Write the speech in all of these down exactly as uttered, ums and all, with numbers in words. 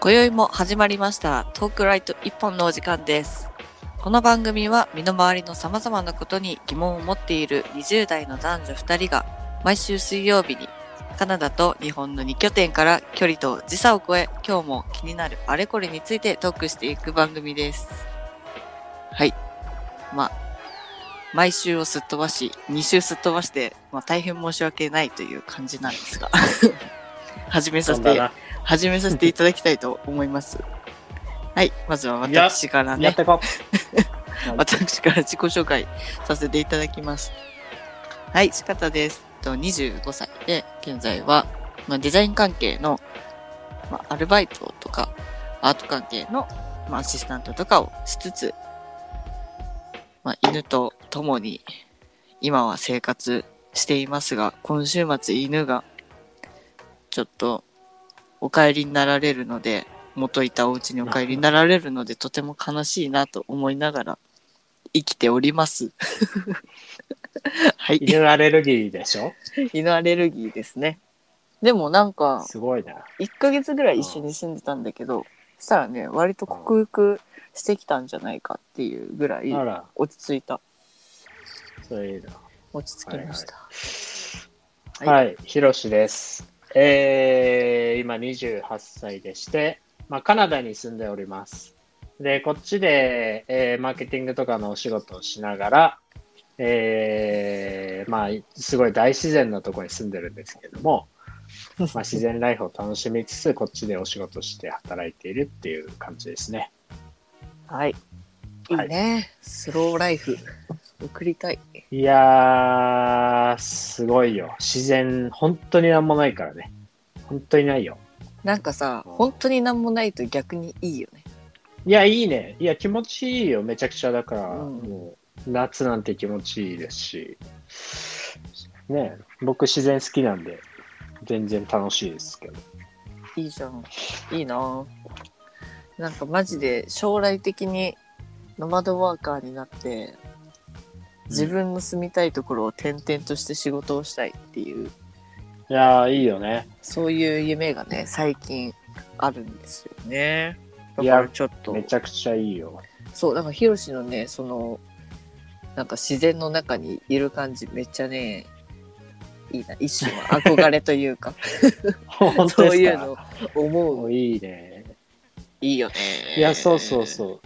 今宵も始まりましたトークライト一本のお時間です。この番組は身の回りの様々なことに疑問を持っているにじゅう代の男女ふたりが毎週水曜日にカナダと日本のに拠点から距離と時差を超え、今日も気になるあれこれについてトークしていく番組です。はい。まあ、毎週をすっ飛ばし、に週すっ飛ばして、まあ大変申し訳ないという感じなんですが、始めさせて、始めさせていただきたいと思います。はい。まずは私からね。 やってこ私から自己紹介させていただきます。はい、仕方です。にじゅうごさいで、現在は、まあ、デザイン関係の、まあ、アルバイトとか、アート関係の、まあ、アシスタントとかをしつつ、まあ、犬と共に今は生活していますが、今週末犬がちょっとお帰りになられるので、元いたお家にお帰りになられるので、とても悲しいなと思いながら生きております。はい。 犬アレルギーでしょ？ 犬アレルギーですね。でもなんか、 すごいな。 いっかげつぐらい一緒に住んでたんだけど、そしたらね、割と克服してきたんじゃないかっていうぐらい落ち着いた。 そういうの。 落ち着きました。 はい、はいはい、ひろしです。えー、今にじゅうはっさいでして、まあ、カナダに住んでおります。で、こっちで、えー、マーケティングとかのお仕事をしながら、えー、まあ、すごい大自然のところに住んでるんですけども、まあ、自然ライフを楽しみつつ、こっちでお仕事して働いているっていう感じですね。 はい。いいね。はい、スローライフ。送りたい。 いやー、すごいよ。自然、本当になんもないからね。本当にないよ。 なんかさ、うん、本当になんもないと逆にいいよね。 いや、いいね。いや、気持ちいいよ。めちゃくちゃだから、うん、もう夏なんて気持ちいいですし。ね、僕自然好きなんで、全然楽しいですけど。 いいじゃん。いいな。なんかマジで将来的にノマドワーカーになって、自分の住みたいところを転々として仕事をしたいっていう、 いやーいいよね。 そういう夢がね最近あるんですよね。だからちょっとめちゃくちゃいいよ。 そうだからヒロシのねそのなんか自然の中にいる感じめっちゃねいいな、一種の憧れというかそういうの思う。 いいね。 いいよね。 いやそうそうそう。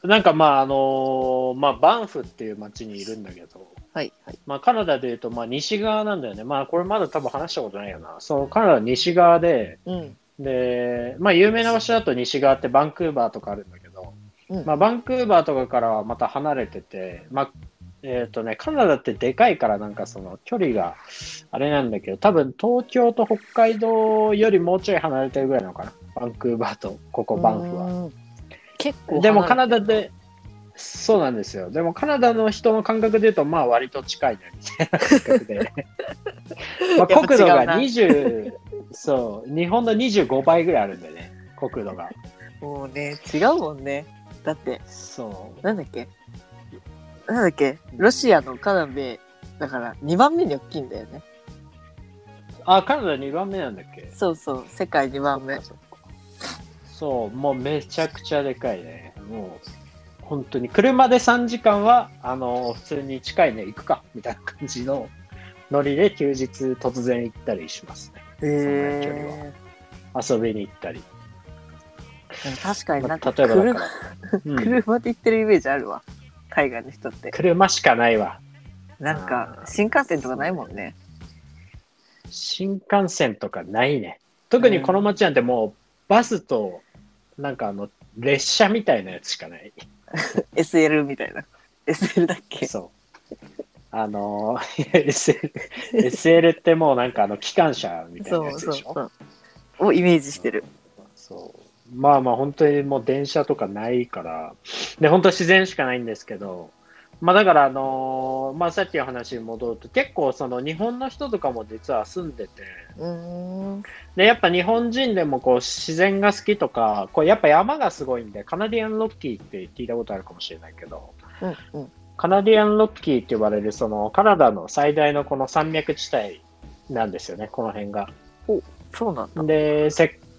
なんかまああのー、まあバンフっていう町にいるんだけど、 はいはい。 まあカナダでいうとまあ西側なんだよね。まあこれまだ多分話したことないよな。そのカナダ西側で、うん、でまあ有名な場所だと西側ってバンクーバーとかあるんだけど、うん、まあバンクーバーとかからはまた離れてて、まあえっとねカナダってでかいからなんかその距離があれなんだけど、多分東京と北海道よりもうちょい離れてるぐらいなのかな。バンクーバーとここバンフは。 結構でもカナダで、そうなんですよ。でもカナダの人の感覚で言うと、まあ割と近いね、みたいな感覚で。まあ国土がにじゅう、そう、日本のにじゅうごばいぐらいあるんでね、国土が。 もうね、違うもんね。だって、 そう。 なんだっけなんだっけロシアのカナダだからにばんめに大きいんだよね。 あ、カナダにばんめなんだっけ？ そうそう、世界にばんめ。 そう、もうめちゃくちゃでかいね。もう本当に車でさんじかんはあの普通に近いね行くかみたいな感じのノリで休日突然行ったりしますね。 へー、その距離は遊びに行ったり。 確かになんか、まあ、例えばだから、うん、車で行ってるイメージあるわ。海外の人って車しかないわ。 なんか新幹線とかないもんね。 新幹線とかないね。特にこの街なんてもうバスとなんかあの列車みたいなやつしかない。 エスエル みたいな。エスエル だっけ？ そう。あの エスエル エスエル ってもうなんかあの機関車みたいなやつでしょ。そうそうそうをイメージしてる。 そう。まあまあ本当にもう電車とかないから、で本当自然しかないんですけど、まあだからあのー、まあさっきの話に戻ると結構その日本の人とかも実は住んでて、うーんでやっぱ日本人でもこう自然が好きとか、こうやっぱ山がすごいんでカナディアンロッキーって聞いたことあるかもしれないけど、うんうん、カナディアンロッキーって呼ばれるそのカナダの最大のこの山脈地帯なんですよね、この辺が。 お、そうなんだ。 でせ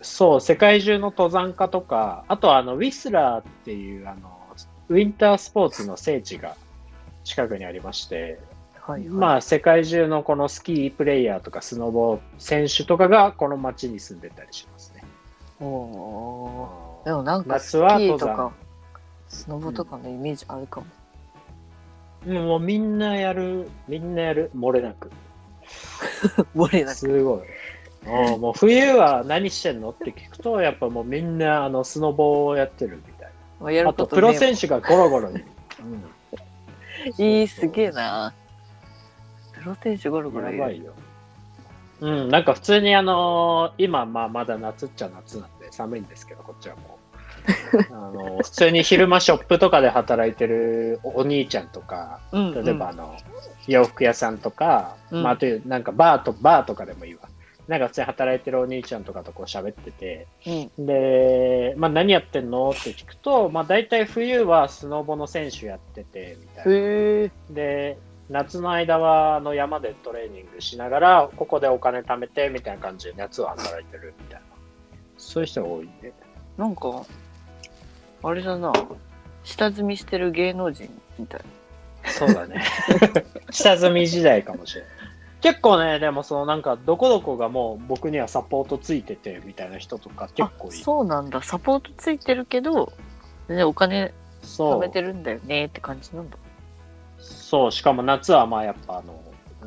そう、世界中の登山家とか、あとはあのウィスラーっていうあのウィンタースポーツの聖地が近くにありまして、 はいはい、 まあ世界中のこのスキープレイヤーとかスノボ選手とかがこの町に住んでたりしますね。 おお。でもなんかスキ夏はー登山とかスノボとかのイメージあるかも。 うん、もうみんなやる、みんなやる、漏れなく。 漏れなく。 すごい。おもう冬は何してんのって聞くと、やっぱもうみんなあのスノボをやってるみたいまあ、やな。あることとプロ選手がゴロゴロいる。 うん、いい、すげえな。プロ選手ゴロゴロいる。 やばいよ。うん、なんか普通にあのー、今まあまだ夏っちゃ夏なんで寒いんですけど、こっちはもう。あの普通に昼間ショップとかで働いてるお兄ちゃんとか、 うんうん、 例えばあの洋服屋さんとか、 うん、 まあ、あというなんかバーとバーとかでもいいわ。なんか普通に働いてるお兄ちゃんとかとこう喋ってて、うん、で、まあ、何やってんのって聞くと、まあ、大体冬はスノボの選手やっててみたいな。 へで夏の間はあの山でトレーニングしながらここでお金貯めてみたいな感じで夏は働いてるみたいな、そういう人が多いね。 なんかあれだな、下積みしてる芸能人みたいな。そうだね。下積み時代かもしれない。結構ね、でもそのなんかどこどこがもう僕にはサポートついててみたいな人とか結構いる。 そうなんだ、サポートついてるけど、ね、お金貯めてるんだよねって感じなんだ。 そう、しかも夏はまあやっぱあの、うん、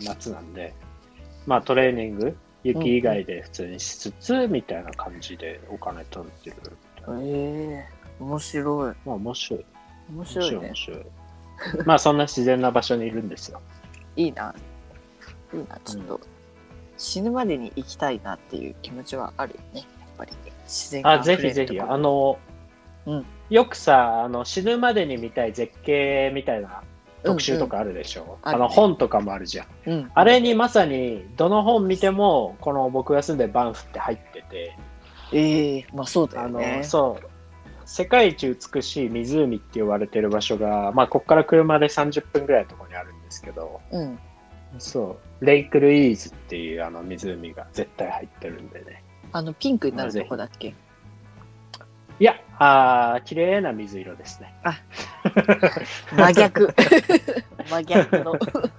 夏なんで、まあトレーニング、雪以外で普通にしつつ、うんうん、みたいな感じでお金貯めてるみたいな。 へえー、面白い。 まあ面白い。 面白いね。 面白い。面白いまあそんな自然な場所にいるんですよ。 いいな。いいな、ちょっと、うん、死ぬまでに行きたいなっていう気持ちはあるよね、やっぱり。自然があ、ぜひぜひ、あの、うん、よくさ、あの死ぬまでに見たい絶景みたいな特集とかあるでしょ。うんうん、あの本とかもあるじゃん。うん、あれにまさにどの本見てもこの僕が住んでるバンフって入ってて。 ええー、まあそうだよね。 あのそう世界一美しい湖って言われてる場所が、まあここから車でさんじゅっぷんぐらいのところにあるんですけど、うん、そうレイクルイーズっていうあの湖が絶対入ってるんでね。 あのピンクになるとこだっけ？ いや、あ綺麗な水色ですね。 あ、真逆。真逆の。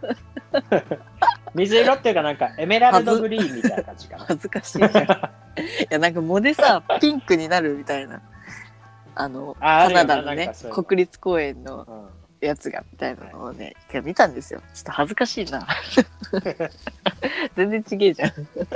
水色っていうかなんかエメラルドグリーンみたいな感じかな。 恥ずかしいじゃん。いやなんか藻でさピンクになるみたいな。あのあカナダのね国立公園のやつがみたいなのをね、うん、見たんですよ。ちょっと恥ずかしいな。全然ちげえじゃん。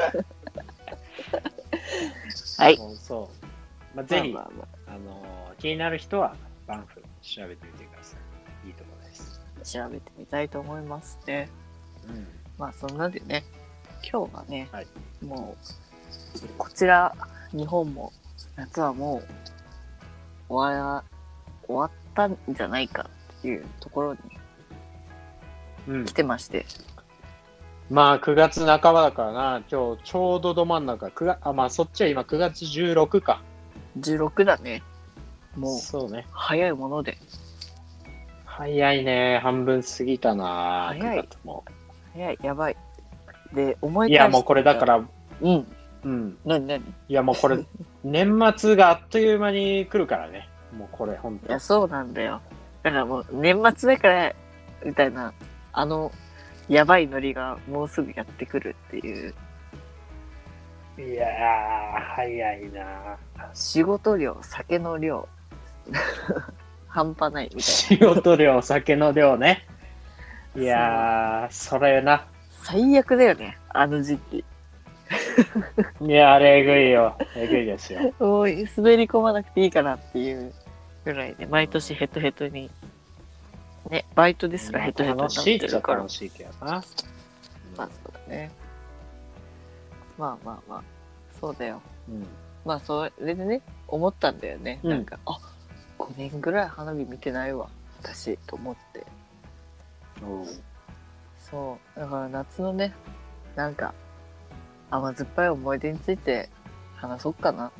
はい。 そう。まあ、ぜひ、まあまあまあ、あのー、気になる人はバンフ調べてみてください。いいところです。 調べてみたいと思いますね。うん、まあそんなでね、今日はね、はい、もうこちら日本も夏はもう終わ終わったんじゃないかっていうところに来てまして、 うん、まあくがつなかばだからな。今日ちょうどど真ん中くがあまあそっちは今くがつじゅうろくか。 じゅうろくだね。もうそうね。 早いもので。 早いね。半分過ぎたな。 早い。も早い、やばい。で思い返していやもうこれだからうんうん何何いやもうこれ年末があっという間に来るからね。もうこれ本当。 いやそうなんだよ。だからもう年末だからみたいなあのやばいノリがもうすぐやってくるっていう。 いやー早いな。 仕事量酒の量半端ないみたいな。 仕事量酒の量ね。いやーそれな。 最悪だよねあの時期。 いやあれえぐいよ。えぐいですよ。 もう滑り込まなくていいかなっていうぐらいで、毎年ヘトヘトにね、バイトですらヘトヘトになってるから。 楽しいっちゃ楽しいけどな。 まあそうだね。まあまあまあそうだよ。うん、まあそれでね思ったんだよね。うん、なんかあごねんぐらい花火見てないわ私と思って。うん、そうだから夏のねなんか甘酸っぱい思い出について話そうかなって。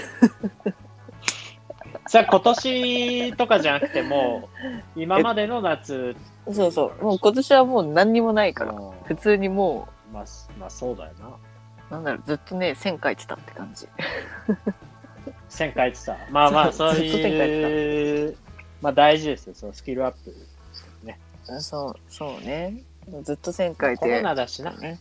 さあ今年とかじゃなくてもう今までの夏。 そうそうもう今年はもう何にもないから普通にもうまあまあそうだよな。 なんだろう、ずっとね、線描いてたって感じ。 線描いてた。まあまあ、 そそういう、まあ大事ですよ、そのスキルアップ。ね。 そう、そうね。ずっと線描いて。 コロナだしな。ね。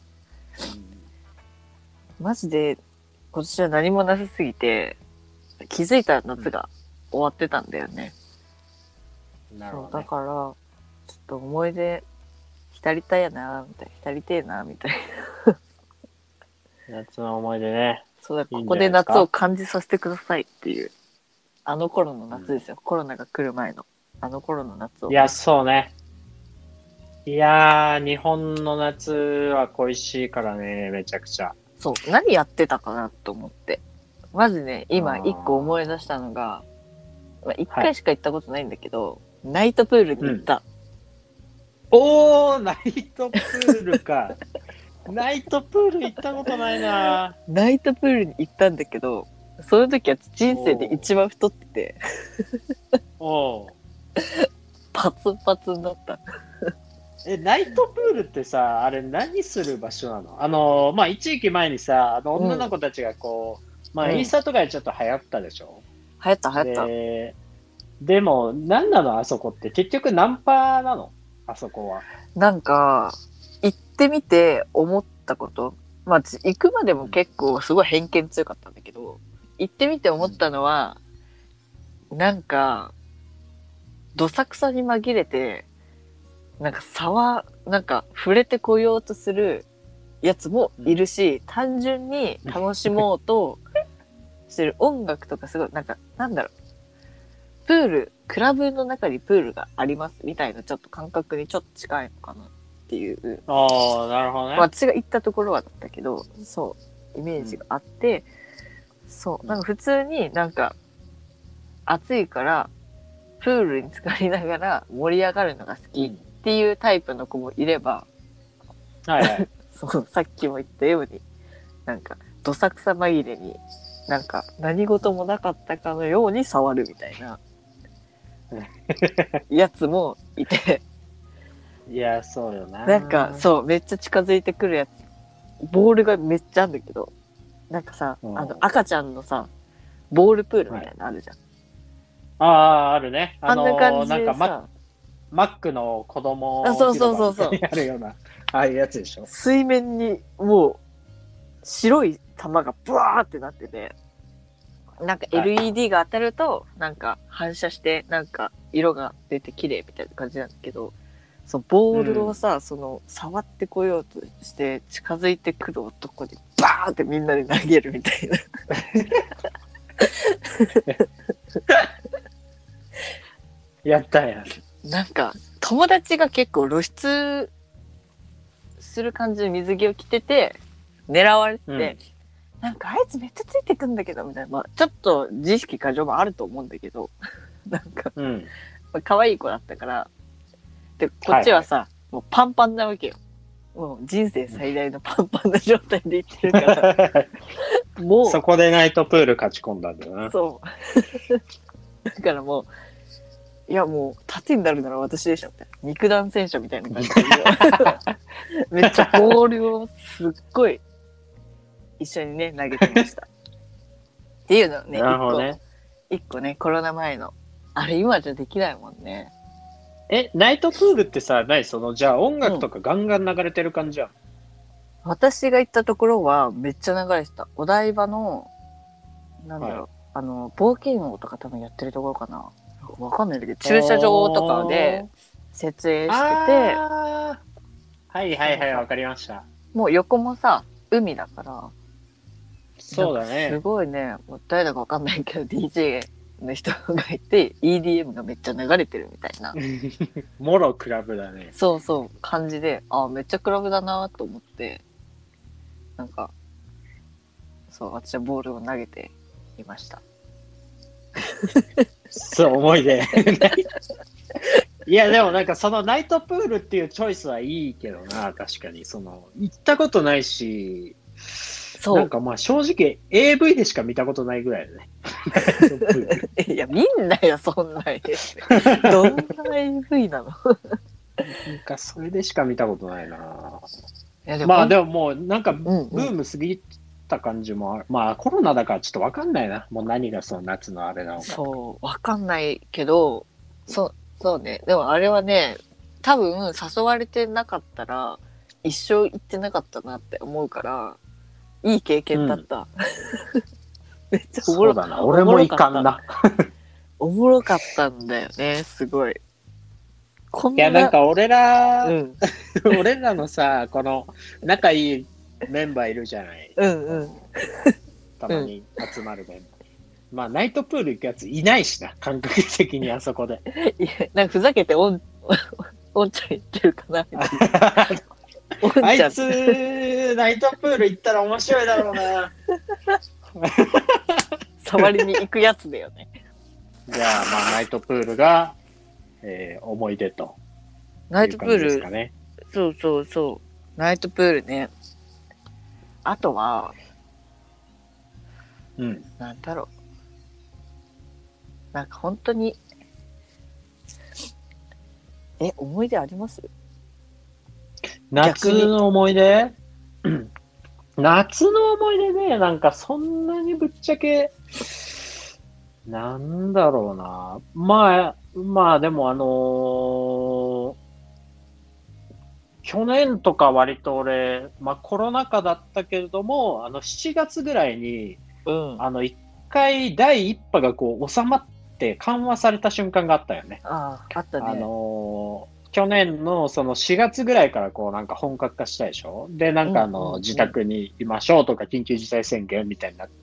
うん、マジで、今年は何もなさすぎて、気づいたら夏が終わってたんだよね。 うん、なるほど、ね。 そう、だから、ちょっと思い出、浸りたいやな、みたいな。浸りてえな、みたいな。 夏の思い出ね。 そうだ、ここで夏を感じさせてくださいっていう。あの頃の夏ですよ。うん、コロナが来る前の。あの頃の夏を。 いや、そうね。いやー、日本の夏は恋しいからね、めちゃくちゃ。 そう、何やってたかなと思って。まずね、今一個思い出したのが、まあ、一回しか行ったことないんだけど、はい、ナイトプールに行った。 うん、おー、ナイトプールか。ナイトプール行ったことないな。 ナイトプールに行ったんだけど、その時は人生で一番太ってて。 おー。 パツパツになった。 え、ナイトプールってさ、あれ何する場所なの？あの、まあ、一時期前にさ、あの女の子たちがこう、うん、まあ、インスタとかでちょっと流行ったでしょ？ 流行った流行った。 で、でも、何なのあそこって。結局ナンパなのあそこは。 なんか、行ってみて思ったこと。まあ、行くまでも結構すごい偏見強かったんだけど、行ってみて思ったのは、うん、なんか、どさくさに紛れて、なんか沢、なんか触れてこようとするやつもいるし、うん、単純に楽しもうとしてる音楽とかすごい、なんか、なんだろう、プール、クラブの中にプールがありますみたいなちょっと感覚にちょっと近いのかなっていう。 ああ、なるほどね。 私が行ったところはだったけど、そう、イメージがあって、うん、そう、なんか普通になんか、暑いから、プールに浸かりながら盛り上がるのが好きっていうタイプの子もいれば、 はいはい。 そう、さっきも言ったように、なんか、どさくさ紛れに、なんか、何事もなかったかのように触るみたいな、やつもいて。 いや、そうよな。 なんか、そう、めっちゃ近づいてくるやつ、ボールがめっちゃあるんだけど、なんかさ、あの、赤ちゃんのさ、ボールプールみたいなのあるじゃん。はい、 ああ、あるね。あのー、 あんな感じでさ、 なんかマ、マックの子供あ、そうそうそうそう。 あるような、ああいうやつでしょ。 水面にもう白い玉がブワーってなってて、なんか エルイーディー が当たると、なんか反射して、なんか色が出て綺麗みたいな感じなんだけど、そのボールをさ、うん、その触ってこようとして近づいてくる男にバーってみんなで投げるみたいな。 やったんや。 なんか友達が結構露出する感じの水着を着てて狙われて、うん、なんかあいつめっちゃついてくんだけどみたいな、まあ、ちょっと自意識過剰もあると思うんだけど、なんか、うん、まあ、可愛い子だったからでこっちはさ、はいはい、もうパンパンなわけよ。もう人生最大のパンパンな状態で行ってるからもうそこでナイトプール勝ち込んだんだよな。 そうだからもういやもう盾になるなら私でしょみたいな、肉弾戦車みたいな感じでめっちゃボールをすっごい一緒にね投げてましたっていうのをね、 なるほどね、 一個ね、コロナ前のあれ今じゃできないもんね。 え、ナイトプールってさ、何そのじゃあ音楽とかガンガン流れてる感じやん、うん、 私が行ったところはめっちゃ流れてた。お台場のなんだろう、はい、あの冒険王とか多分やってるところかな、わかんないんだけど、駐車場とかで設営してて、 はいはいはい、わかりました。 もう横もさ海だから、 そうだね、 すごいね、誰だかわかんないけど ディージェー の人がいて イーディーエム がめっちゃ流れてるみたいなもろクラブだね。 そうそう感じで、あめっちゃクラブだなと思って、なんかそう私はボールを投げていましたそう思い出いやでもなんかそのナイトプールっていうチョイスはいいけどな、確かにその行ったことないし、そうなんかまあ正直 エーブイ でしか見たことないぐらいだねいや見んなよそんなどんな エーブイ なのなんかそれでしか見たことないな。いやでもまあでももうなんかブーム過ぎた感じもある。まあコロナだからちょっとわかんないな。もう何がその夏のあれなのか。 そう、わかんないけど、そう、そうね。でもあれはね、多分誘われてなかったら、一生行ってなかったなって思うから、いい経験だった。うん、めっちゃおもろそうだな。俺もいかんな。 おもろかったんだよね、すごい。 こんな。いや、なんか俺ら、うん、俺らのさ、この仲いいメンバーいるじゃない。 うんうん。 たまに集まるメンバー。うん、まあ、ナイトプール行くやついないしな、感覚的にあそこで。 いや、なんかふざけておん、おんちゃん言ってるかなみたいな。 あいつ、ナイトプール行ったら面白いだろうな。 触りに行くやつだよね。 じゃあ、まあ、ナイトプールが、えー、思い出と、 ナイトプール、ね、そうそうそう。ナイトプールね。あとは、 うん。 なんだろう。なんか本当に、え、思い出あります？ 夏の思い出夏の思い出ね、なんかそんなにぶっちゃけ、なんだろうな。まあ、まあでもあのー、去年とか割と俺、まあコロナ禍だったけれども、あのしちがつぐらいに、うん、あの一回第一波がこう収まって緩和された瞬間があったよね。 ああ、あったね。 あのー、去年のそのしがつぐらいからこうなんか本格化したでしょ。で、なんかあの、うんうんうん、自宅にいましょうとか緊急事態宣言みたいになって、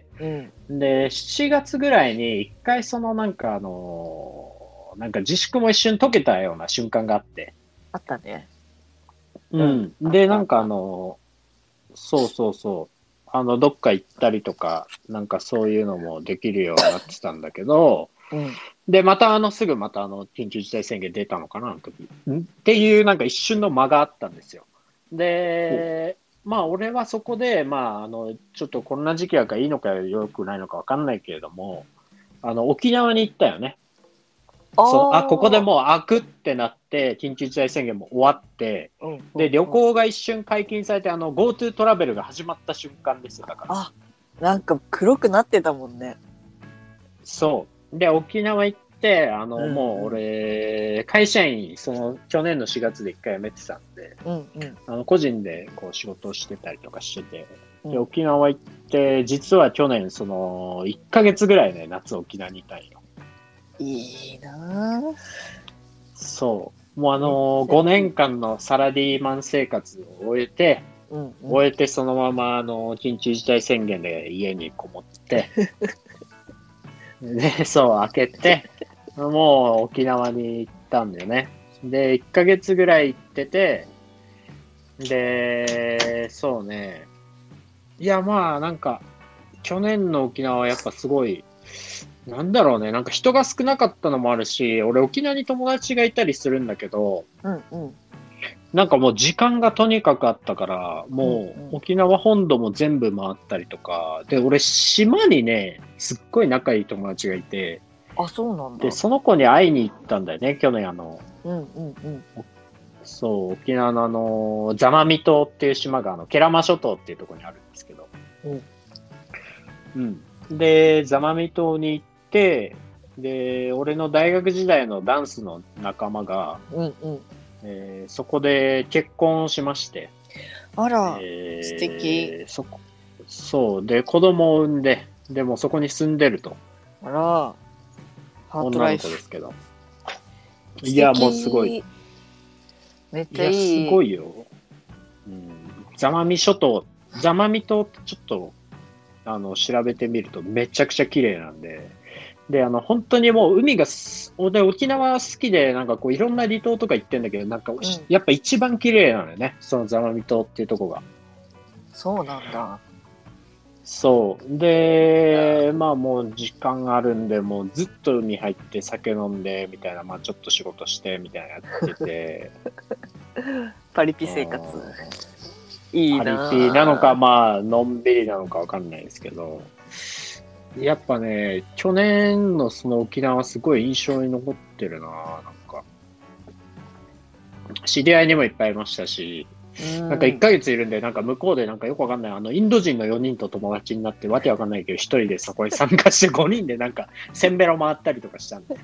うん、で、しちがつぐらいに一回そのなんかあのー、なんか自粛も一瞬解けたような瞬間があって。 あったね。 うん。うん、で、なんかあのー、そうそうそう。あの、どっか行ったりとか、なんかそういうのもできるようになってたんだけど、うん、で、またあの、すぐまたあの、緊急事態宣言出たのかな、あの時。っていうなんか一瞬の間があったんですよ。で、まあ俺はそこで、まああの、ちょっとこんな時期やからいいのか良くないのかわかんないけれども、あの、沖縄に行ったよね。そのあ、ここでもう開くってなって、緊急事態宣言も終わって、うん、で、旅行が一瞬解禁されて、あの、GoTo トラベルが始まった瞬間ですよ、だから。 あ、なんか黒くなってたもんね。 そう。で、沖縄行って、あの、うんうん、もう俺、会社員、その、去年のしがつで一回辞めてたんで、うんうん、あの個人でこう仕事をしてたりとかしてて、で、沖縄行って、実は去年、その、いっかげつぐらいね、夏沖縄にいたんよ。 いいなぁ。 そう。もうあのー、ごねんかんのサラリーマン生活を終えて、うんうん、終えてそのままあの緊急事態宣言で家にこもってで、そう開けてもう沖縄に行ったんだよね。でいっかげつぐらい行ってて、でそうね、いやまあなんか去年の沖縄はやっぱすごいなんだろうね、なんか人が少なかったのもあるし、俺沖縄に友達がいたりするんだけど、うんうん、なんかもう時間がとにかくあったから、もう沖縄本土も全部回ったりとか、で、俺島にね、すっごい仲いい友達がいて、 あ、そうなんだ。 で、その子に会いに行ったんだよね、去年あの、 うんうんうん、 そう、沖縄のあの、座間味島っていう島があの、慶良間諸島っていうところにあるんですけど、うん。うん。で、座間味島に行って、で、俺の大学時代のダンスの仲間が、うんうん、えー、そこで結婚しまして。 あら、えー、素敵。 そこ、そう。で、子供を産んで、でもそこに住んでると。 あら、ハートライフ。 女の子ですけど。いや、もうすごい。 めっちゃいい。 いや、すごいよ。うん。座間味諸島、座間味島ってちょっと、あの、調べてみるとめちゃくちゃ綺麗なんで、で、あの、本当にもう海が、俺沖縄好きで、なんかこういろんな離島とか行ってんだけど、なんか、うん、やっぱ一番綺麗なのよね、その座間味島っていうとこが。 そうなんだ。 そう。で、まあもう時間があるんで、もうずっと海入って酒飲んで、みたいな、まあちょっと仕事して、みたいなやってて。 パリピ生活。いいな。 パリピなのか、まあ、のんびりなのかわかんないですけど、やっぱね、去年のその沖縄すごい印象に残ってるな、なんか。知り合いにもいっぱいいましたし、 なんかいっかげついるんで、なんか向こうでなんかよくわかんない、あの、インド人のよにんと友達になって、わけわかんないけど、ひとりでそこに参加してごにんでなんか、せんべろ回ったりとかしたんで。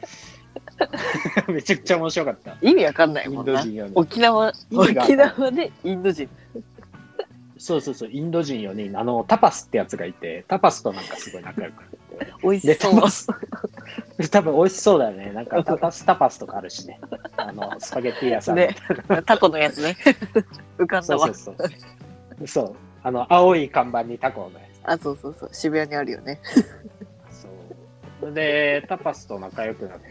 めちゃくちゃ面白かった。 意味わかんないもんな。沖縄、沖縄でインド人。 そうそうそう、インド人よにん、あの、タパスってやつがいて、タパスとなんかすごい仲良くなって。 美味しそう。 タパス多分美味しそうだよね。なんかタパス、タパスとかあるしね。あの、スパゲッティ屋さんの、 ね。タコのやつね。浮かんだわ。 そうそうそう。そう。あの、青い看板にタコのやつ。 あ、そうそうそう。渋谷にあるよね。 そう。で、タパスと仲良くなって、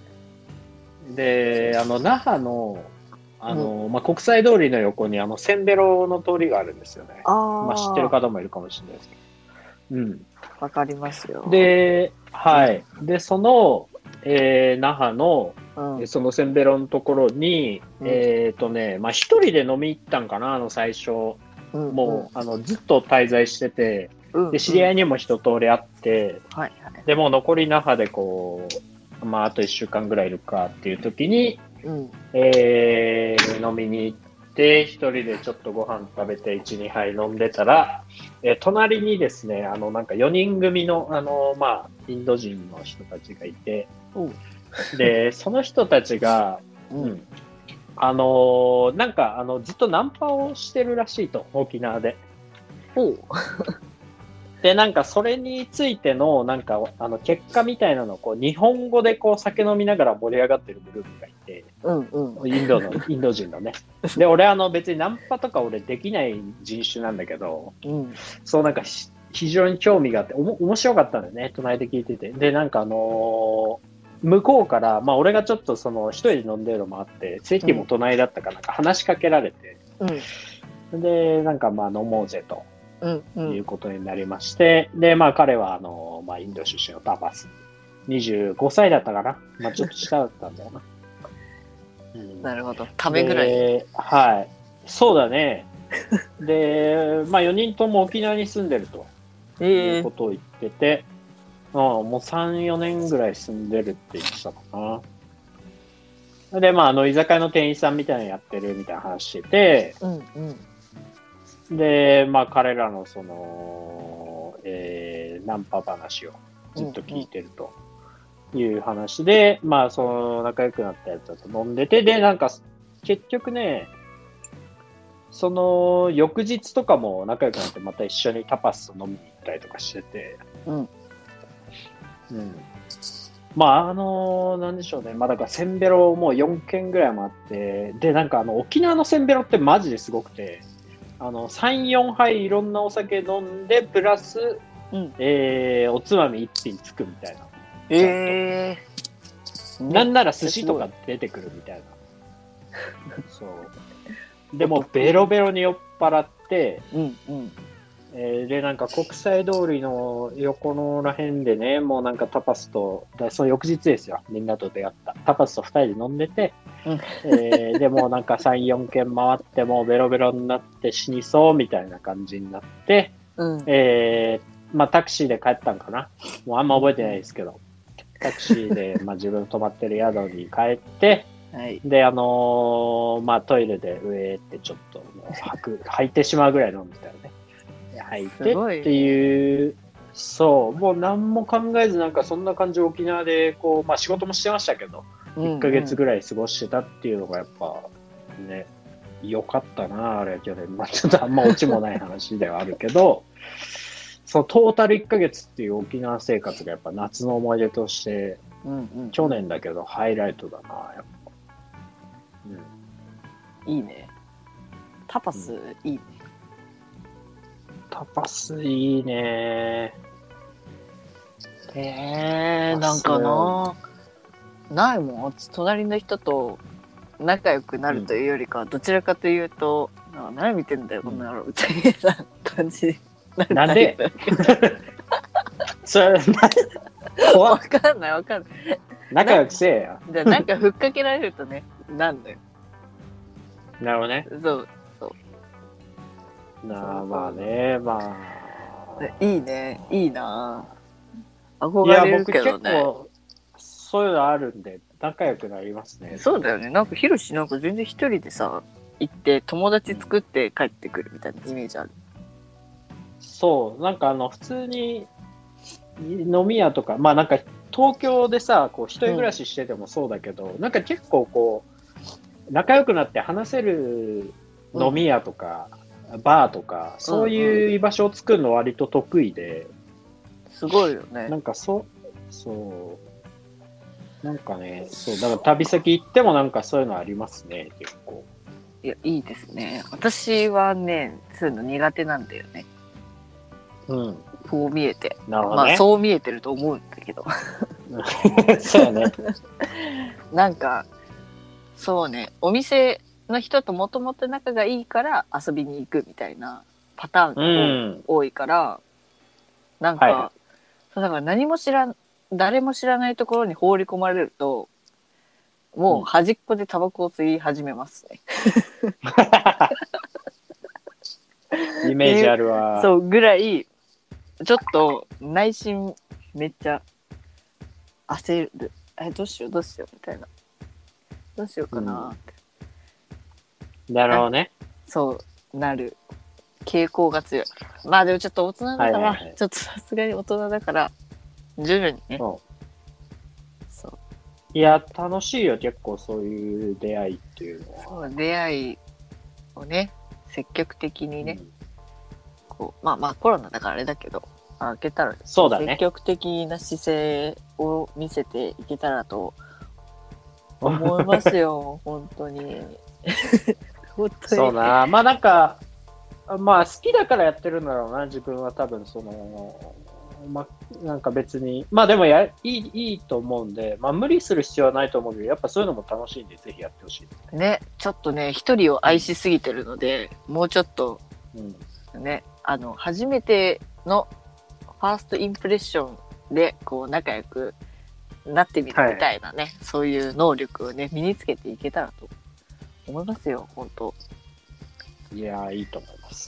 で、あの、那覇の、あの、うん、まあ、国際通りの横にあの、せんべろの通りがあるんですよね。あまあ、知ってる方もいるかもしれないですけど。うん。 わかりますよ。 で、はい。で、その、えー、那覇の、うん、そのせんべろのところに、うん、えっ、ー、とね、まあ、一人で飲み行ったんかな、あの、最初。うんうん、もう、あの、ずっと滞在してて、うんうん、で、知り合いにも一通りあって、はいはい、で、もう残り那覇でこう、まあ、あといっしゅうかんぐらいいるかっていう時に、うん、えー、飲みに行って、一人でちょっとご飯食べていち、にはい飲んでたら、えー、隣にですね、あの、なんかよにん組の、あの、まあ、インド人の人たちがいて、うん、で、その人たちが、うん、あのー、なんか、あの、ずっとナンパをしてるらしいと、沖縄で。おうで、なんか、それについての、なんか、あの、結果みたいなのを、こう、日本語でこう、酒飲みながら盛り上がってるグループがいて、うんうん、インドの、インド人のね。で、俺、あの、別にナンパとか俺できない人種なんだけど、うん、そう、なんか、非常に興味があって、おも、面白かったんだよね、隣で聞いてて。で、なんか、あのー、向こうから、まあ、俺がちょっと、その、一人で飲んでるのもあって、席も隣だったから、なんか話しかけられて、うん、で、なんか、まあ、飲もうぜと。うんうん、いうことになりまして、で、まあ彼は、あの、まあインド出身のタパス。にじゅうごさいだったかな。まあちょっと下だったんだよな。 うん、なるほど。ためぐらい。 はい。そうだね。で、まあよにんとも沖縄に住んでるということを言ってて、えー、うん、もうさん、よねんぐらい住んでるって言ってたかな。で、まああの居酒屋の店員さんみたいなのやってるみたいな話してて、うんうんで、まあ彼らのその、えー、ナンパ話をずっと聞いてるという話で、うんうん、まあその仲良くなったやつだと飲んでて、で、なんか結局ね、その翌日とかも仲良くなってまた一緒にタパス飲みに行ったりとかしてて、うん。うん。まああのなんでしょうね、まあだからせんべろもうよんけんぐらいもあって、で、なんかあの沖縄のせんべろってマジですごくて、あのさん、よんはいいろんなお酒飲んでプラス、うんえー、おつまみいっぴんつくみたいな。えー、なんなら寿司とか出てくるみたいな。そうでもベロベロに酔っ払って、うんうんえー、でなんか国際通りの横のらへんでね、もうなんかタパスとその翌日ですよ、みんなと出会ったタパスとふたりで飲んでて、うんえー、でもなんかさん、よんけん回ってもうベロベロになって死にそうみたいな感じになって、うんえー、まあタクシーで帰ったんかな、もうあんま覚えてないですけど、タクシーでまあ自分泊まってる宿に帰ってはい、で、あのー、まあトイレで上ってちょっともう吐く、吐いてしまうぐらい飲んでたよね。吐いてっていう、ね、そう、もう何も考えずなんかそんな感じで沖縄でこう、まあ仕事もしてましたけど、うんうん、いっかげつぐらい過ごしてたっていうのがやっぱね、良かったな、あれ去年。まあちょっとあんまオチもない話ではあるけど、そのトータルいっかげつっていう沖縄生活がやっぱ夏の思い出として、うんうん、去年だけどハイライトだな、やっぱ。 うん、いいね。タパス、うん、いいね。 タパスいいね。 えー、なんかな、ないもん。隣の人と仲良くなるというよりか、うん、どちらかというと、なんか何見てんだよ、この野郎みたいな感じになる。 なんでそれ、 わかんないわかんない。 仲良くせえよ。 じゃあなんかふっかけられるとね、なんだよ。 なるほどね。 そうそう。 なあまあね、まあ。いいね、いいな。憧れるけどね。いや、僕結構そういうのあるんで仲良くなりますね。 そうだよね。なんかヒロシなんか全然一人でさ、 行って友達作って帰ってくるみたいなイメージある。 そう、なんかあの、普通に飲み屋とか、まあなんか東京でさ、こう一人暮らししててもそうだけど、うん、なんか結構こう、仲良くなって話せる飲み屋とか、うん、バーとか、そういう居場所を作るの割と得意で。 うんうん、すごいよね。 なんかそう、そう。なんかね、そう、だから旅先行ってもなんかそういうのありますね、結構。 いや、いいですね。私はね、そういうの苦手なんだよね。 うん。 こう見えて。 なるほどね。 まあ、そう見えてると思うんだけど。 そうやね。 なんか、そうね、お店の人ともともと仲がいいから遊びに行くみたいなパターンが多いから、うん、なんか、はい、そうだから何も知らん、誰も知らないところに放り込まれると、もう端っこでタバコを吸い始めますね。 イメージあるわ。 そうぐらい、ちょっと内心めっちゃ焦る。え、どうしようどうしようみたいな。どうしようかなって、 うん。なるほどね。 そうなる傾向が強い。まあでもちょっと大人だから、はいはいはい、ちょっとさすがに大人だから徐々にね。そう。 そう。いや楽しいよ結構そういう出会いっていうのは。 そう出会いをね積極的にね、うん、こうまあまあコロナだからあれだけど開けたら、ね、 そうだね、 積極的な姿勢を見せていけたらと思いますよ本当に。本当にそうな、まあなんかまあ好きだからやってるんだろうな自分は多分そのまあなんか別にまあでもやいいいいと思うんで、まあ無理する必要はないと思うけどやっぱそういうのも楽しいんでぜひやってほしいね。ちょっとね一人を愛しすぎてるので、うん、もうちょっと、うん、ねあの初めてのファーストインプレッションでこう仲良くなってみるみたいなね、はい、そういう能力をね身につけていけたらと思いますよ本当。 いやーいいと思います。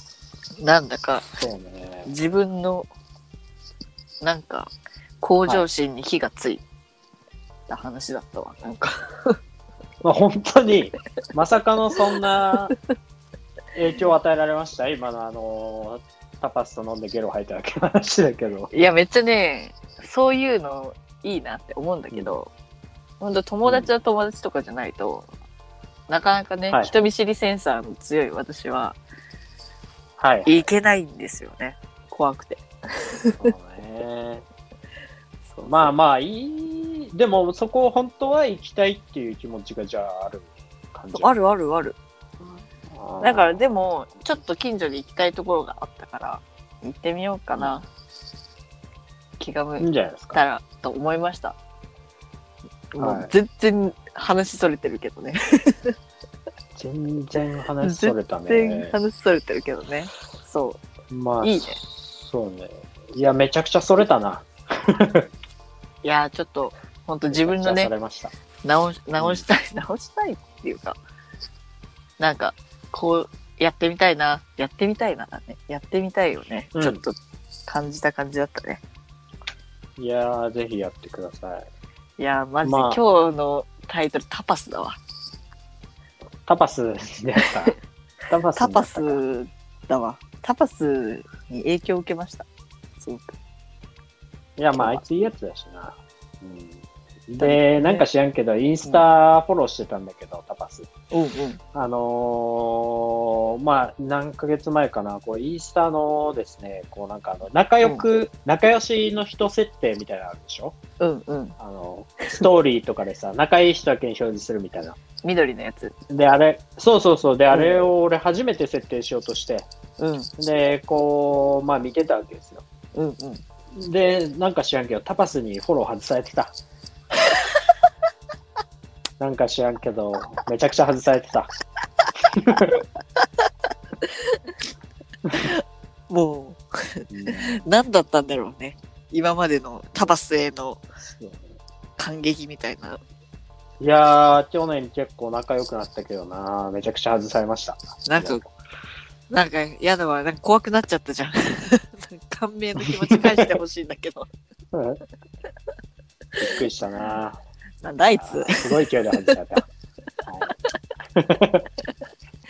なんだかそうね自分のなんか向上心に火がついた話だったわ、はい、なんかまあ本当にまさかのそんな影響を与えられました今のあのタパスと飲んでゲロ吐いただけの話だけど。 いやめっちゃねそういうのいいなって思うんだけど、うん、ほんと友達は友達とかじゃないと、うん、なかなかね、はい、人見知りセンサーの強い私は、はい、いけないんですよね怖くて。 そうねそうそうまあまあいいでもそこを本当は行きたいっていう気持ちがじゃあある感じ。 あるあるある。だからでもちょっと近所に行きたいところがあったから行ってみようかな、うん、気が向いたらと思いました。もう全然話それてるけどね。 全然話それたね。 全然話それてるけどね。そう。まあいいね。 そうね。いやめちゃくちゃそれたな。 いやちょっと本当自分のね直し直したい、うん、直したいっていうかなんかこうやってみたいなやってみたいなねやってみたいよね、うん、ちょっと感じた感じだったね。 いやーぜひやってください。 いやーマジで、まあ、今日のタイトルタパスだわ。 タパスであったタパスタパスだわ。タパスに影響を受けましたすごく。 いやまああいついいやつだしな、うん、で、ね、なんか知らんけどインスタフォローしてたんだけど、うん、タパス、 うんうん、 あのー、まあ何ヶ月前かなこうインスタのですねこうなんかあの仲良く、うん、仲良しの人設定みたいなのあるでしょ。 うんうん。 あのストーリーとかでさ仲いい人だけに表示するみたいな緑のやつであれそうそうそうで、うん、あれを俺初めて設定しようとして、うん、でこうまあ見てたわけですよ。 うんうん。 で、なんか知らんけど、タパスにフォロー外されてた。なんか知らんけど、めちゃくちゃ外されてた。 もう、何だったんだろうね。今までのタパスへの感激みたいな。 いやー、去年結構仲良くなったけどな、めちゃくちゃ外されました。 なんか、なんか嫌だわ、なんか怖くなっちゃったじゃん。感銘の気持ち返してほしいんだけど。 びっくりしたな。 なんだあいつ。 すごい勢いで外された。はい、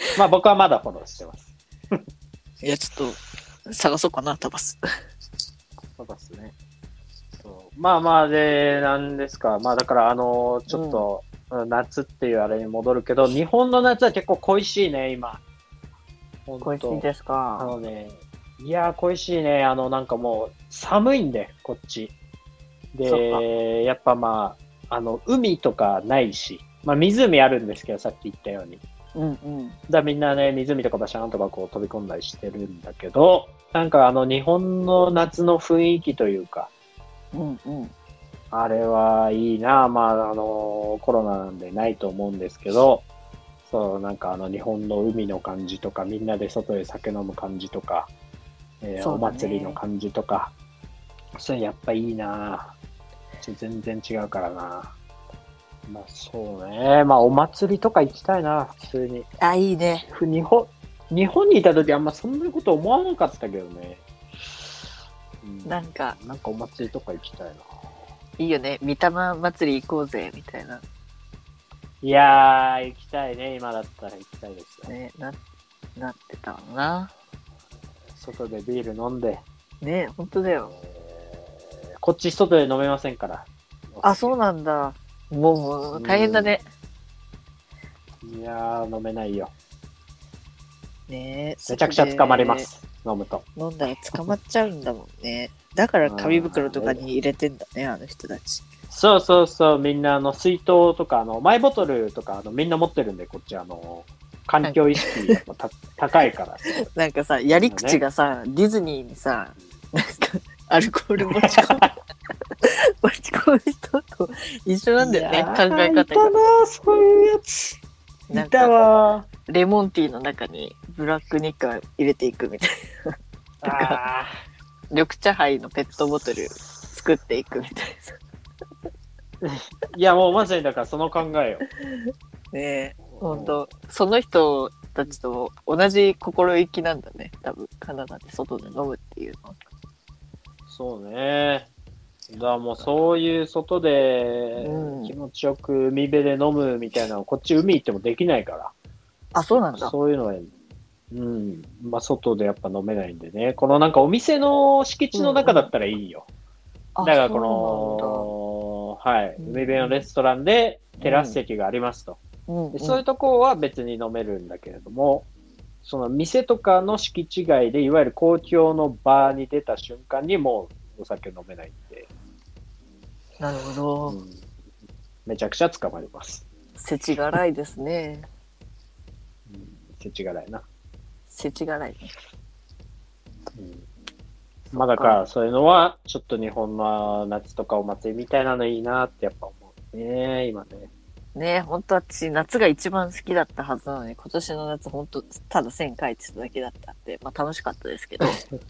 まあ僕はまだフォローしてます。 いや、ちょっと、探そうかな、タバス。 そうですね。そうまあまあで、なんですか。まあだから、あの、ちょっと、うん、夏っていうあれに戻るけど、日本の夏は結構恋しいね、今。 恋しいですあか。 のね、いやー恋しいね。あの、なんかもう、寒いんで、こっち。 そっか。 で、やっぱまあ、あの、海とかないし、まあ湖あるんですけど、さっき言ったように。 うんうん。 だからみんなね、湖とかバシャーンとかこう飛び込んだりしてるんだけど、なんかあの日本の夏の雰囲気というか、 うんうん。 あれはいいな。まあ、あの、コロナなんでないと思うんですけど、そう、なんかあの日本の海の感じとか、みんなで外で酒飲む感じとか、えーおそうだね。 祭りの感じとか、それやっぱいいな。ちょ全然違うからな。まあそうね。まあお祭りとか行きたいな、普通に。 あ、いいね。 ふ日本、日本にいた時あんまそんなこと思わなかったけどね。うん、 なんか、 なんかお祭りとか行きたいな。 いいよね。御霊祭り行こうぜ、みたいな。 いやー、行きたいね。今だったら行きたいですよ。 ね、な、なってたのな。 外でビール飲んで。 ね、ほんとだよ。 えーこっち外で飲めませんから。 あ、そうなんだ。もう、大変だね。 いやー、飲めないよ。 ねめちゃくちゃ捕まります。飲むと。 飲んだら捕まっちゃうんだもんね。だから紙袋とかに入れてんだね、あの人たち。 そうそうそう。みんなあの水筒とかあのマイボトルとかあのみんな持ってるんで、こっちあの環境意識やっぱた高いから。 なんかさ、やり口がさ、ディズニーにさ、なんかアルコール持ち込む持ち込む人と一緒なんだよね、考え方が。 いたな、そういうやつ。いたわ。 レモンティーの中にブラックニッカー入れていくみたいな。とか緑茶杯のペットボトル作っていくみたいな。いやもうまさにだからその考えよ。 ねえ、ほんとその人たちと同じ心意気なんだね、多分カナダで外で飲むっていうのは。 そうね。だからもうそういう外で気持ちよく海辺で飲むみたいなの、こっち海行ってもできないから。 あ、そうなんだ。 そういうのは、うん。まあ外でやっぱ飲めないんでね。このなんかお店の敷地の中だったらいいよ。うんうん、だからこの、はい、海辺のレストランでテラス席がありますと。うんうん、でそういうとこは別に飲めるんだけれども、その店とかの敷地外でいわゆる公共の場に出た瞬間にもうお酒飲めないんで。 なるほど、うん。 めちゃくちゃ捕まります。 世知辛いですね。 うん、世知辛いな。 世知辛いね。 うん、まあだからそういうのはちょっと日本の夏とかお祭りみたいなのいいなってやっぱ思うね、今ね。 ねえ、本当私夏が一番好きだったはずなのに、今年の夏本当ただ線描いてただけだったんで、まあ楽しかったですけど。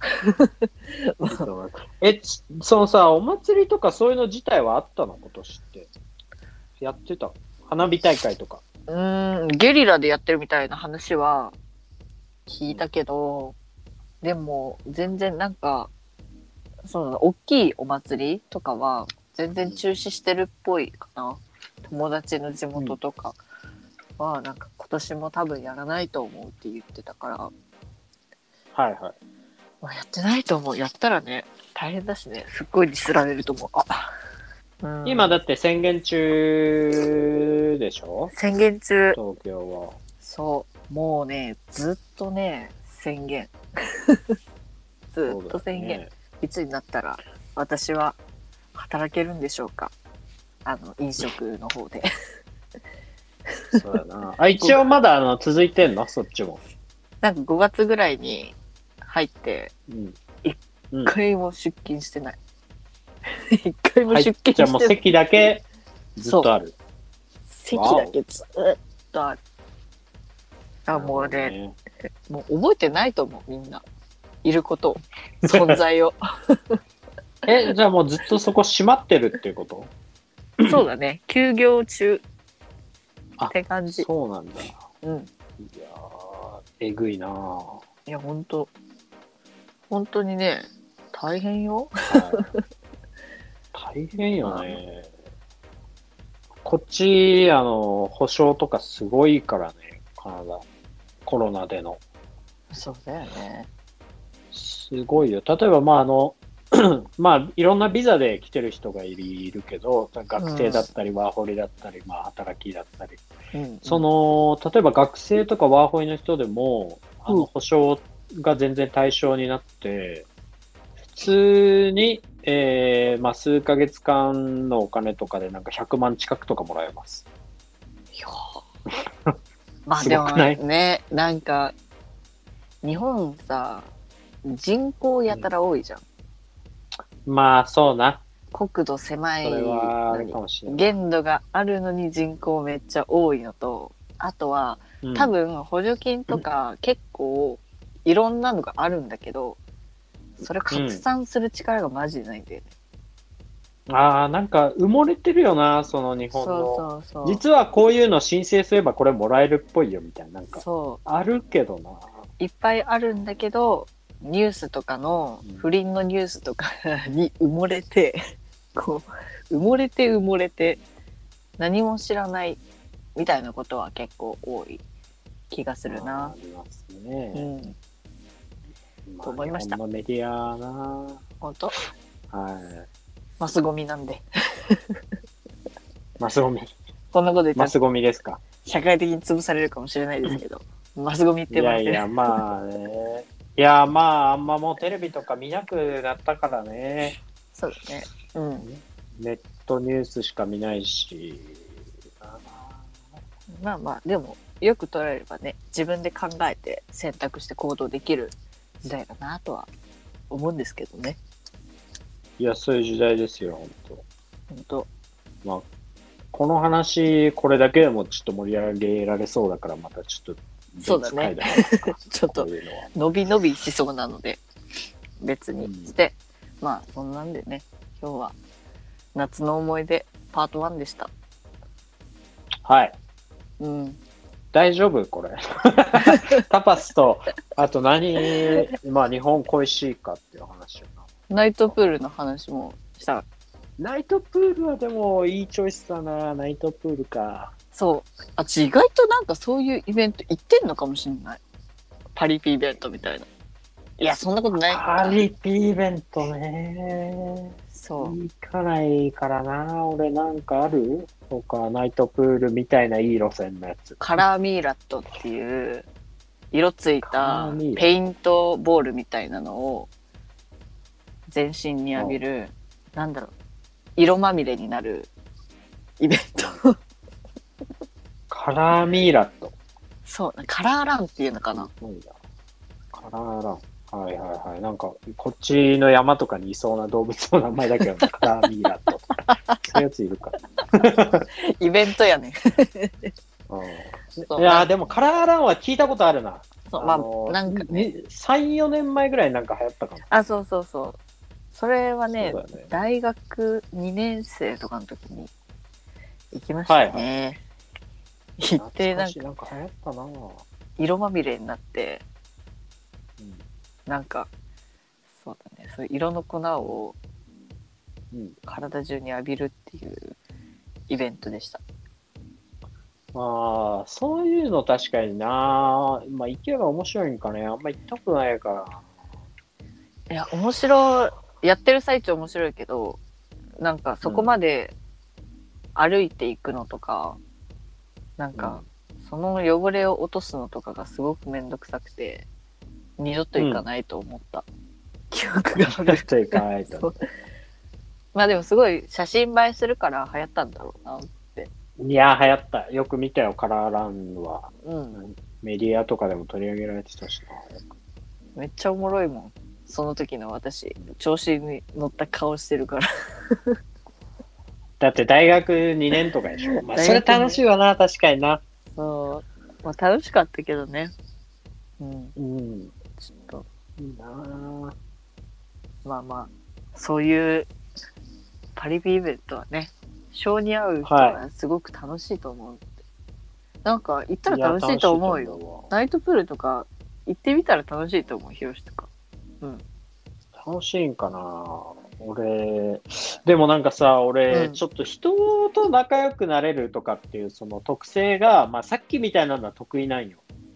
え、そのさ、お祭りとかそういうの自体はあったの？今年って。やってた？花火大会とか。 うーん、ゲリラでやってるみたいな話は聞いたけど、うん、でも全然なんか、その大きいお祭りとかは全然中止してるっぽいかな。友達の地元とかはなんか今年も多分やらないと思うって言ってたから、 はいはい。 まあ、やってないと思う。やったらね大変だしね、すっごいディスられると思う。あ、 うん、今だって宣言中でしょ？ 宣言中。 東京は。 そう、もうねずっとね宣言ずっと宣言、ね、いつになったら私は働けるんでしょうか、あの飲食の方で。 そうだな。あ、一応まだあの続いてんの？そっちも。 なんかごがつぐらいに入って一、うん、回も出勤してない。一回も出勤してない。 じゃあもう席だけずっとある。 席だけずっとある。あ、もうね、ね、もう覚えてないと思う、みんないることを、存在を。 え、じゃあもうずっとそこ閉まってるっていうこと？ そうだね、休業中って感じ。 そうなんだ。 うん。いやー、えぐいなぁ。 いや、ほんと、本当にね、大変よ。はい、 大変よね。こっち、あの、保証とかすごいからね、カナダ。 コロナでの。 そうだよね。 すごいよ。例えば、まあ、あの、まあ、いろんなビザで来てる人がいるけど、学生だったり、ワーホリだったり、まあ、働きだったり。 うんうん、 その、例えば学生とかワーホリの人でも、あの、 うん、 保証が全然対象になって、普通に、えー、まあ、数ヶ月間のお金とかでなんかひゃくまん近くとかもらえます。 いやまあでもね、なんか、日本さ、人口やたら多いじゃん。 うん、まあ、そうな。 国土狭いそれはあるかもしれない。 限度があるのに人口めっちゃ多いのと、あとは、 うん、 多分補助金とか結構いろんなのがあるんだけど、それ拡散する力がマジでないんだよね。 うん、ああ、なんか埋もれてるよな、その日本の。 そうそうそう。 実はこういうの申請すればこれもらえるっぽいよみたいな、なんか。 そう。 あるけどな。 いっぱいあるんだけど、ニュースとかの、不倫のニュースとかに埋もれて、こう、埋もれて埋もれて、何も知らないみたいなことは結構多い気がするな。 ありますね。 うん。 まあ、 と思いました。 日本のメディアな。 本当？ はい。 マスゴミなんで。 マスゴミ。 こんなこと言ったら、 マスゴミですか。 社会的に潰されるかもしれないですけど、マスゴミって言われてる。 いやいや、まあね。いや、まあ、あんまもうテレビとか見なくなったからね。 そうだね。うん。 ネットニュースしか見ないし。 まあまあ、でも、よく捉えればね、自分で考えて選択して行動できる時代だなとは思うんですけどね。 いや、そういう時代ですよ、本当。 本当。 まあ、この話、これだけでもちょっと盛り上げられそうだから、またちょっと、 そうだね。ちょっと、伸び伸びしそうなので、別にして、うん、まあ、そんなんでね、今日は夏の思い出パートワンでした。 はい。 うん。 大丈夫これ。タパスと、あと何、まあ日本恋しいかっていう話よな。ナイトプールの話もした。 ナイトプールはでもいいチョイスだな。ナイトプールか。 そう。あ、意外となんかそういうイベント行ってんのかもしれない。パリピイベントみたいな。いや、そんなことない。 パリピイベントね。 そう。 行かないからな。俺なんかあるとか、ナイトプールみたいないい路線のやつ。 カラーミーラットっていう色ついたペイントボールみたいなのを全身に浴びる、なんだろう、色まみれになるイベント。 カラーミーラット。 そう、カラーランっていうのかな。 カラーラン。はいはいはい。なんか、こっちの山とかにいそうな動物の名前だけど、カラーミーラットとか。そういうやついるか。 イベントやね。 うん、いや、でもカラーランは聞いたことあるな。 そう、まあ、なんかね。 さん、よねんまえぐらいなんか流行ったかも。 あ、そうそうそう。それは ね, ね、 大学にねん生とかの時に行きましたね。はいはい、行ってなんか、 なんか流行ったな。 色まみれになって、 うん、 なんか、そうだね、そういう色の粉を体中に浴びるっていうイベントでした。 まあ、そういうの確かにな。まあ、行けば面白いんかね。あんま行ったことないから。 いや、面白い。やってる最中面白いけど、なんかそこまで歩いていくのとか、うん、なんかその汚れを落とすのとかがすごくめんどくさくて、二度と行かないと思った、うん、記憶がある。 二度と行かないと。 まあでもすごい写真映えするから流行ったんだろうなって。 いや流行った。よく見たよ、カラーランは、 うん、 メディアとかでも取り上げられてたしな。 めっちゃおもろいもん。その時の私、調子に乗った顔してるから。 だって大学にねんとかでしょ。まあ、それ楽しいわな、確かにな。 そう。まあ楽しかったけどね。うん。 うん。 ちょっと。 いいなぁ。 まあまあ、そういうパリピイベントはね、性に合う人はすごく楽しいと思う、はい、なんか行ったら楽しいと思うよ。ナイトプールとか行ってみたら楽しいと思う、ヒロシとか。うん。 楽しいんかな俺。でもなんかさ、俺、うん、ちょっと人と仲良くなれるとかっていうその特性が、まあさっきみたいなのは得意なんよ。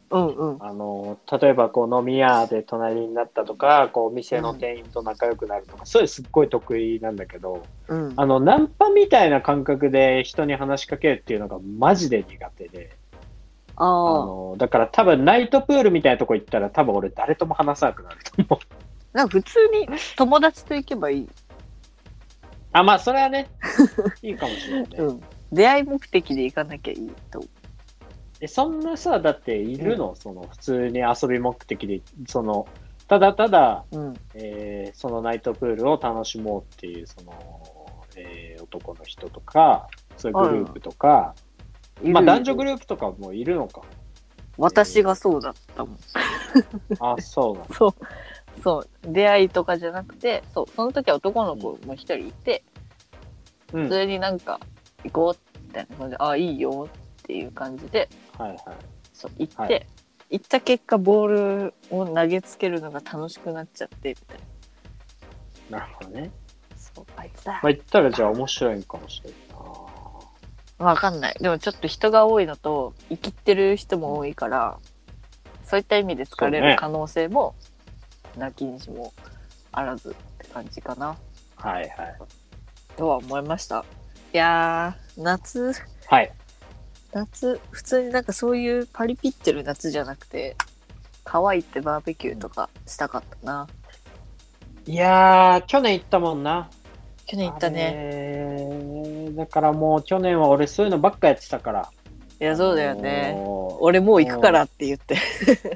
うんうん。 あの、例えばこう飲み屋で隣になったとか、こう店の店員と仲良くなるとか、そういうすっごい得意なんだけど、 うん。 あの、ナンパみたいな感覚で人に話しかけるっていうのがマジで苦手で、あああ。 の、だから多分ナイトプールみたいなとこ行ったら多分俺誰とも話さなくなると思う。 なんか普通に友達と行けばいい。 あ、まあそれはね、いいかもしれないね。 うん。出会い目的で行かなきゃいいと思え、そんなさ、だっているの、 うその普通に遊び目的で、その、ただただ、 う。うん。 えーそのナイトプールを楽しもうっていう、その、えー男の人とか、そういうグループとか、 いるまあ男女グループとかもいるのか。 私がそうだったもん。 あ、そうなんだ。 そう。そう。出会いとかじゃなくて、そう。その時は男の子も一人いて、 うん。 普通になんか行こうみたいな感じで、あ、いいよっていう感じで、 はいはい。 そう、行って、 はい、 行った結果ボールを投げつけるのが楽しくなっちゃってみたいな。 なるほどね。 そう、あいつだ。 まあ言ったらじゃあ面白いんかもしれんな。 わかんない。でもちょっと人が多いのと、生きってる人も多いから、そういった意味で疲れる可能性も、なきにしもあらずって感じかな。 はいはい。 とは思いました。いやー、夏、 はい。 夏、普通になんかそういうパリピってる夏じゃなくて、川行ってバーベキューとかしたかったな。 いやー、去年行ったもんな。 去年行ったね。 ね。だからもう去年は俺そういうのばっかやってたから。 いや、そうだよね。 あのー俺もう行くからって言って。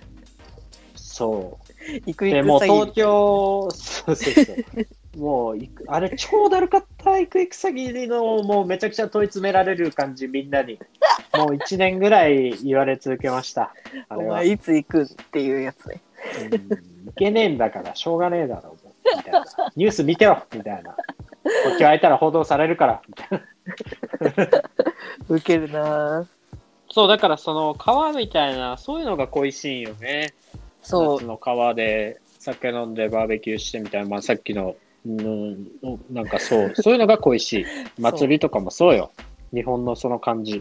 そう。 行く行で、もうく詐欺。 東京、そうそうそう。もう行く、あれ超だるかった、行く行く詐欺の、もうめちゃくちゃ問い詰められる感じ、みんなに。もう一年ぐらい言われ続けました。あれは。 お前いつ行くんっていうやつね。 うん、行けねえんだから、しょうがねえだろ、もうみたいな。ニュース見てよみたいな。こっち開いたら報道されるから、みたいな。 ウケるな。 そう、だからその川みたいな、そういうのが恋しいよね。 そう。 夏の川で酒飲んでバーベキューしてみたいな、まあさっきの、うん、なんかそう、そういうのが恋しい。祭りとかもそうよ。日本のその感じ。 うんうん。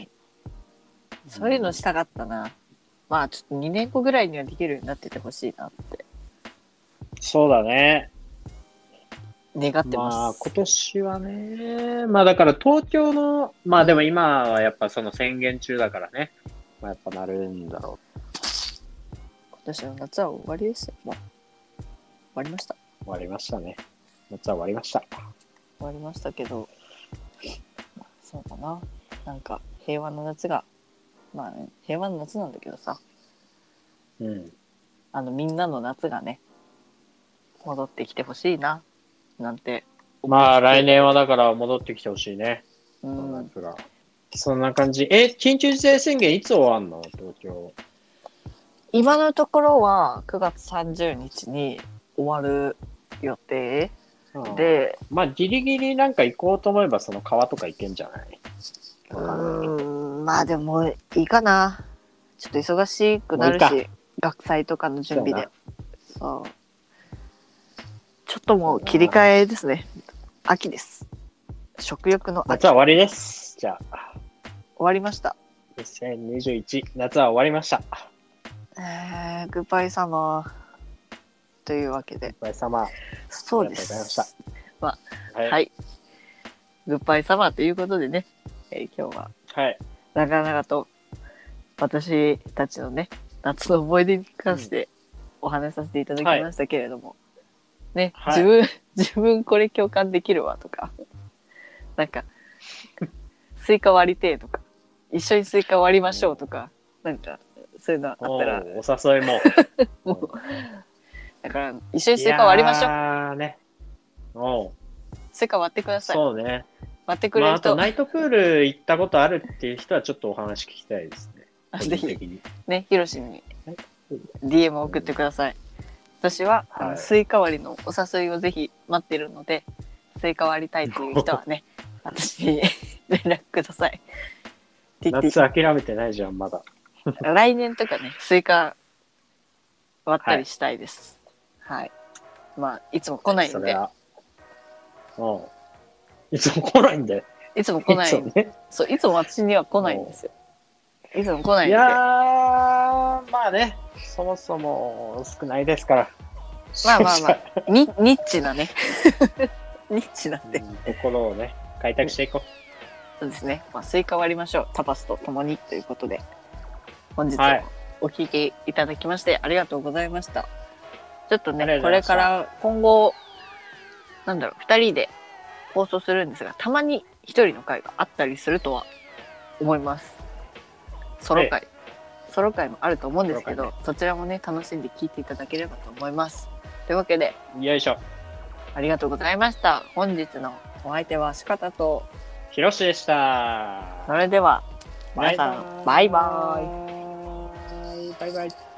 そういうのしたかったな。まあちょっとにねんごぐらいにはできるようになっててほしいなってそうだね。 願ってます。 まあ今年はね、まあだから東京の、まあでも今はやっぱその宣言中だからね。まあやっぱなるんだろう。 今年の夏は終わりですよ。もう終わりました。 終わりましたね。夏は終わりました。 終わりましたけど、そうかな。なんか平和な夏が、まあね、平和な夏なんだけどさ、 うん。 あのみんなの夏がね、戻ってきてほしいな、なんて思って。 まあ来年はだから戻ってきてほしいね。 うそのん。 夏が。そんな感じ。え、緊急事態宣言いつ終わんの東京。 今のところはくがつさんじゅうにちに終わる予定で、 まあギリギリなんか行こうと思えばその川とか行けんじゃないうーん、まあでもいいかな。ちょっと忙しくなるもういいし、学祭とかの準備で。そう。ちょっともう切り替えですね。秋です。食欲の秋。 夏は終わりです。じゃあ。 終わりました。 にせんにじゅういち夏は終わりました。 えー、グッバイサマーというわけで。 お疲れ様。 そうです。 ありがとうございました。 まあ、 はい。 はい、グッバイサマーということでね、えー、今日ははい。 長々と私たちのね、夏の思い出に関してお話しさせていただきましたけれども、はい、ね、はい、自分、自分これ共感できるわとか、なんか、スイカ割りてえとか、一緒にスイカ割りましょうとか、なんか、そういうのあったら。 お誘いも。 もうだから、一緒にスイカ割りましょう。 あーね。おスイカ割ってください。 そうね。 割ってくれる人。 まあ、あとナイトプール行ったことあるっていう人はちょっとお話聞きたいですね。 ぜひ、ね、ヒロシに ディーエム 送ってください。私は、はい、あのスイカ割りのお誘いをぜひ待ってるので、スイカ割りたいという人はね、私に連絡ください。 夏諦めてないじゃん、まだ。 来年とかね、スイカ割ったりしたいです。はい。はい、まあ、いつも来ないんで。それはうん。いつも来ないんで。 いつも来ないんで。ね、そう、いつも私には来ないんですよ。 いつも来ないんで。 いやー、まあね、そもそも少ないですから。 まあまあまあ、ニニッチなね。ニッチなんで。 うんところをね、開拓していこう。 そうですね。まあ、スイカ割りましょう。タパスと共にということで、本日ははいお聞きいただきましてありがとうございました。ちょっとね、こありがとうございましたれから今後、なんだろう、二人で放送するんですが、たまに一人の回があったりするとは思います。ソロ回。ソロ回もあると思うんですけど、 ソロそちらもね、楽しんで聞いていただければと思います。というわけで、 よいしょ。 ありがとうございました。本日のお相手はしかたと、 ひろしでした。 それでは、皆さん、バイバイ。 バイバイ。